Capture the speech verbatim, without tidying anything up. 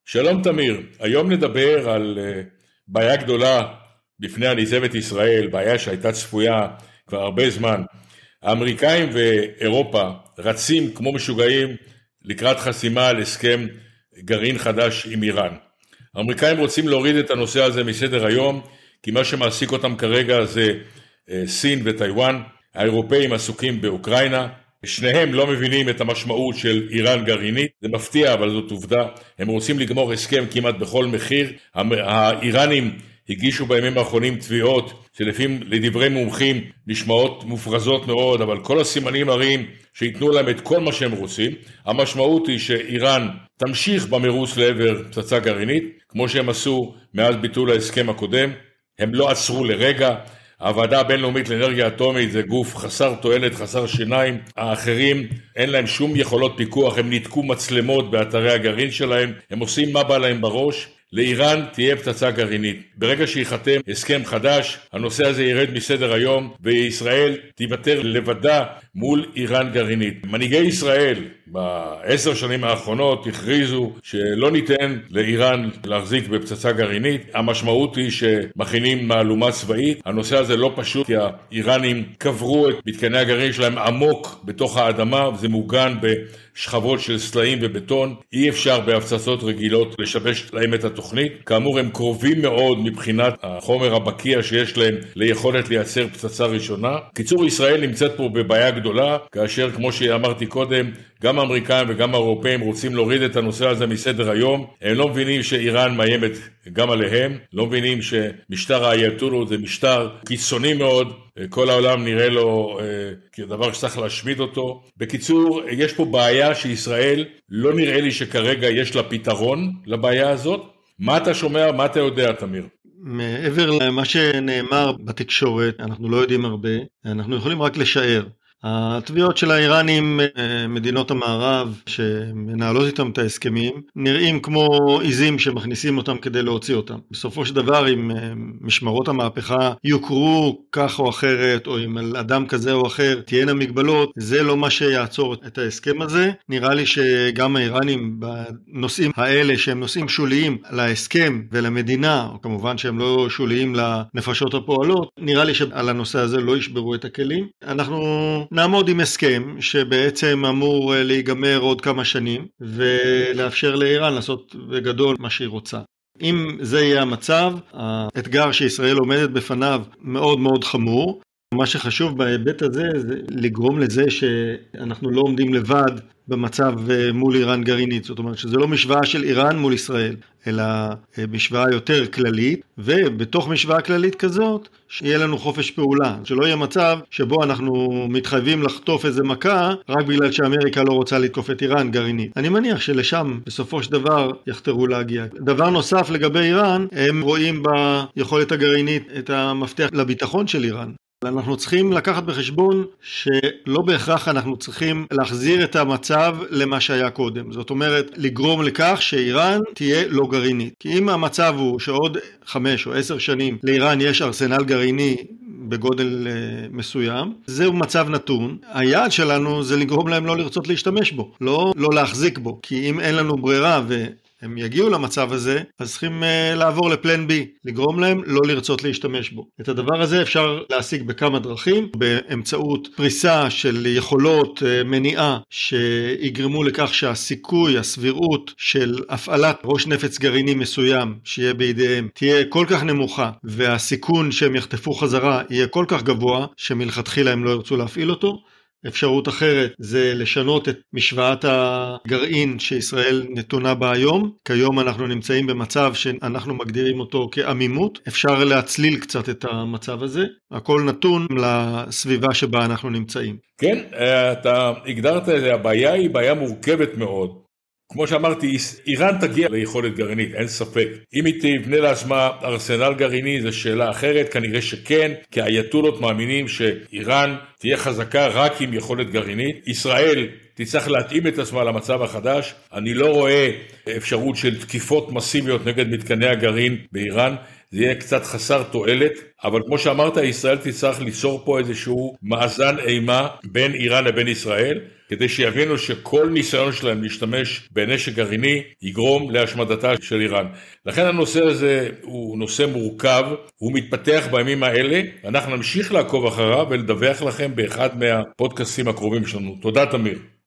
שלום תמיר, היום נדבר על uh, בעיה גדולה בפני הניצבת ישראל, בעיה שהייתה צפויה כבר הרבה זמן. האמריקאים ואירופה רצים כמו משוגעים לקראת חסימה על הסכם גרעין חדש עם איראן. האמריקאים רוצים להוריד את הנושא הזה מסדר היום, כי מה שמעסיק אותם כרגע זה uh, סין וטיואן. האירופאים עסוקים באוקראינה, שניהם לא מבינים את המשמעות של איראן גרעינית, זה מפתיע אבל זאת עובדה, הם רוצים לגמור הסכם כמעט בכל מחיר. האיראנים הגישו בימים האחרונים תביעות שלפעמים לדברי מומחים נשמעות מופרזות מאוד, אבל כל הסימנים מראים שיתנו להם את כל מה שהם רוצים. המשמעות היא שאיראן תמשיך במרוץ לעבר פצצה גרעינית, כמו שהם עשו מאז ביטול ההסכם הקודם, הם לא עצרו לרגע. הוועדה הבינלאומית לאנרגיה אטומית זה גוף חסר תועלת, חסר שיניים. האחרים אין להם שום יכולות פיקוח, הם ניתקו מצלמות באתרי הגרעין שלהם, הם עושים מה בא להם בראש. לאיראן תהיה פצצה גרעינית. ברגע שיחתם הסכם חדש, הנושא הזה ירד מסדר היום, וישראל תיוותר לבדה מול איראן גרעינית. מנהיגי ישראל בעשר שנים האחרונות הכריזו שלא ניתן לאיראן להחזיק בפצצה גרעינית. המשמעות היא שמכינים מהלומה צבאית. הנושא הזה לא פשוט, כי האיראנים קברו את מתקני הגרעין שלהם עמוק בתוך האדמה, וזה מוגן בשכבות של סלעים ובטון. אי אפשר בהפצצות רגילות לשבש להם את התוכנית. כאמור, הם קרובים מאוד מבחינת החומר הבקיע שיש להם ליכולת לייצר פצצה ראשונה. קיצור, ישראל נמצאת פה בבעיה גדולה, כאשר כמו שאמרתי קודם, גם האמריקאים וגם האירופאים רוצים להוריד את הנושא הזה מסדר היום. הם לא מבינים שאיראן מאיימת גם עליהם, לא מבינים שמשטר האייתולות זה משטר קיצוני מאוד, כל העולם נראה לו אה, כדבר שצריך להשמיד אותו. בקיצור, יש פה בעיה שישראל לא נראה לי שכרגע יש לה פתרון לבעיה הזאת. מה אתה שומע, מה אתה יודע, תמיר? מעבר למה שנאמר בתקשורת, אנחנו לא יודעים הרבה, אנחנו יכולים רק לשער. התביעות של האיראנים, מדינות המערב שמנהלות איתם את ההסכמים, נראים כמו עיזים שמכניסים אותם כדי להוציא אותם. בסופו של דבר, אם משמרות המהפכה יוכרו כך או אחרת, או אם על אדם כזה או אחר תהיינה מגבלות, זה לא מה שיעצור את ההסכם הזה. נראה לי שגם האיראנים בנושאים האלה, שהם נושאים שוליים להסכם ולמדינה, או כמובן שהם לא שוליים לנפשות הפועלות, נראה לי שעל הנושא הזה לא ישברו את הכלים. אנחנו נעמוד עם הסכם שבעצם אמור להיגמר עוד כמה שנים ולאפשר לאיראן לעשות בגדול מה שהיא רוצה. אם זה יהיה המצב, האתגר שישראל עומדת בפניו מאוד מאוד חמור. מה שחשוב בהיבט הזה זה לגרום לזה שאנחנו לא עומדים לבד במצב מול איראן גרעינית. זאת אומרת שזה לא משוואה של איראן מול ישראל, אלא משוואה יותר כללית, ובתוך משוואה כללית כזאת, שיהיה לנו חופש פעולה. שלא יהיה מצב שבו אנחנו מתחייבים לחטוף איזה מכה, רק בגלל שאמריקה לא רוצה לתקוף את איראן גרעינית. אני מניח שלשם בסופו של דבר יחתרו להגיע. דבר נוסף לגבי איראן, הם רואים ביכולת הגרעינית את המפתח לביטחון של איראן. אנחנו צריכים לקחת בחשבון שלא בהכרח אנחנו צריכים להחזיר את המצב למה שהיה קודם. זאת אומרת, לגרום לכך שאיראן תהיה לא גרעינית. כי אם המצב הוא שעוד חמש או עשר שנים לאיראן יש ארסנל גרעיני בגודל מסוים, זהו מצב נתון. היעד שלנו זה לגרום להם לא לרצות להשתמש בו, לא, לא להחזיק בו. כי אם אין לנו ברירה ו... הם יגיעו למצב הזה, אז צריכים uh, לעבור לפלן בי, לגרום להם לא לרצות להשתמש בו. את הדבר הזה אפשר להשיג בכמה דרכים, באמצעות פריסה של יכולות uh, מניעה שיגרמו לכך שהסיכוי, הסבירות של הפעלת ראש נפץ גרעיני מסוים שיהיה בידיהם, תהיה כל כך נמוכה, והסיכון שהם יחטפו חזרה יהיה כל כך גבוה, שמלכתחילה הם לא ירצו להפעיל אותו. אפשרות אחרת זה לשנות את משוואת הגרעין שישראל נתונה בה היום. כיום אנחנו נמצאים במצב שאנחנו מגדירים אותו כעמימות. אפשר להצליל קצת את המצב הזה. הכל נתון לסביבה שבה אנחנו נמצאים. כן, אתה הגדרת את זה. הבעיה היא בעיה מורכבת מאוד. כמו שאמרתי, איראן תגיע ליכולת גרעינית, אין ספק. אם היא תבנה לעצמה ארסנל גרעיני, זו שאלה אחרת, כנראה שכן, כי האייתולות מאמינים שאיראן תהיה חזקה רק עם יכולת גרעינית. ישראל תצטרך להתאים את עצמה למצב החדש. אני לא רואה אפשרות של תקיפות מסיביות נגד מתקני הגרעין באיראן. זה יהיה קצת חסר תועלת, אבל כמו שאמרת, ישראל תצטרך ליצור פה איזשהו מאזן אימה בין איראן לבין ישראל, כדי שיבינו שכל ניסיון שלהם להשתמש בנשק גרעיני יגרום להשמדתה של איראן. לכן הנושא הזה הוא נושא מורכב, הוא מתפתח בימים האלה, אנחנו נמשיך לעקוב אחריו ולדווח לכם באחד מהפודקאסטים הקרובים שלנו. תודה תמיר.